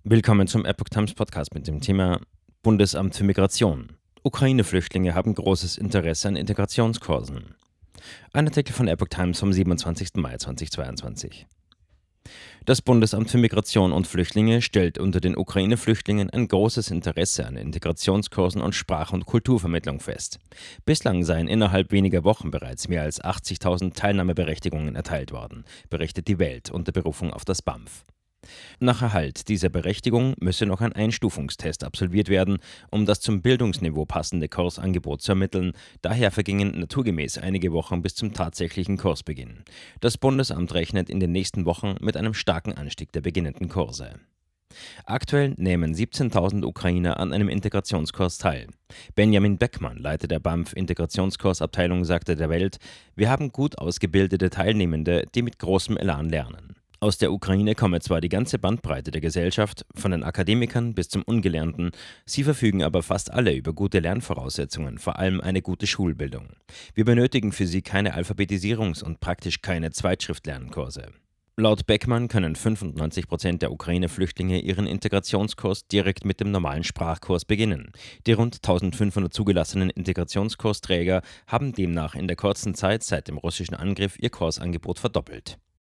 Willkommen zum Epoch Times Podcast mit dem Thema Bundesamt für Migration. Ukraine-Flüchtlinge haben großes Interesse an Integrationskursen. Ein Artikel von Epoch Times vom 27. Mai 2022. Das Bundesamt für Migration und Flüchtlinge stellt unter den Ukraine-Flüchtlingen ein großes Interesse an Integrationskursen und Sprach- und Kulturvermittlung fest. Bislang seien innerhalb weniger Wochen bereits mehr als 80.000 Teilnahmeberechtigungen erteilt worden, berichtet die Welt unter Berufung auf das BAMF. Nach Erhalt dieser Berechtigung müsse noch ein Einstufungstest absolviert werden, um das zum Bildungsniveau passende Kursangebot zu ermitteln. Daher vergingen naturgemäß einige Wochen bis zum tatsächlichen Kursbeginn. Das Bundesamt rechnet in den nächsten Wochen mit einem starken Anstieg der beginnenden Kurse. Aktuell nehmen 17.000 Ukrainer an einem Integrationskurs teil. Benjamin Beckmann, Leiter der BAMF-Integrationskursabteilung, sagte der Welt: Wir haben gut ausgebildete Teilnehmende, die mit großem Elan lernen. Aus der Ukraine komme zwar die ganze Bandbreite der Gesellschaft, von den Akademikern bis zum Ungelernten, sie verfügen aber fast alle über gute Lernvoraussetzungen, vor allem eine gute Schulbildung. Wir benötigen für sie keine Alphabetisierungs- und praktisch keine Zweitschriftlernkurse. Laut Beckmann können 95% der Ukraine-Flüchtlinge ihren Integrationskurs direkt mit dem normalen Sprachkurs beginnen. Die rund 1500 zugelassenen Integrationskursträger haben demnach in der kurzen Zeit seit dem russischen Angriff ihr Kursangebot verdoppelt.